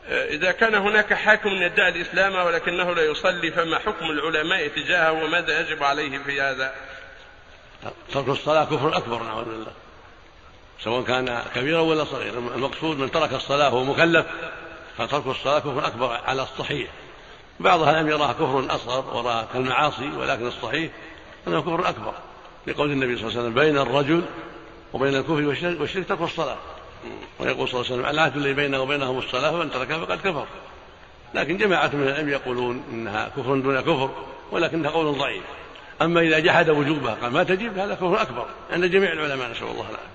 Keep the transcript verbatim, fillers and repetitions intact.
إذا كان هناك حاكم يدعي الإسلام ولكنه لا يصلي فما حكم العلماء تجاهه وماذا يجب عليه في هذا؟ ترك الصلاة كفر أكبر نعوذ بالله، سواء كان كبيرا ولا صغيرا. المقصود من ترك الصلاة وهو مكلف فترك الصلاة كفر أكبر على الصحيح. بعضها لم يراها كفر أصغر وراها كالمعاصي، ولكن الصحيح أنه كفر أكبر، لقول النبي صلى الله عليه وسلم بين الرجل وبين الكفر والشرك ترك الصلاة، ويقول صلى الله عليه وسلم العهد الذي بينه وبينهم الصلاة فمن تركها فقد كفر. لكن جماعة من العلم يقولون إنها كفر دون كفر، ولكنها قول ضعيف. أما إذا جحد وجوبها قال ما تجب، هذا كفر أكبر عند جميع العلماء، نسأل الله العافية.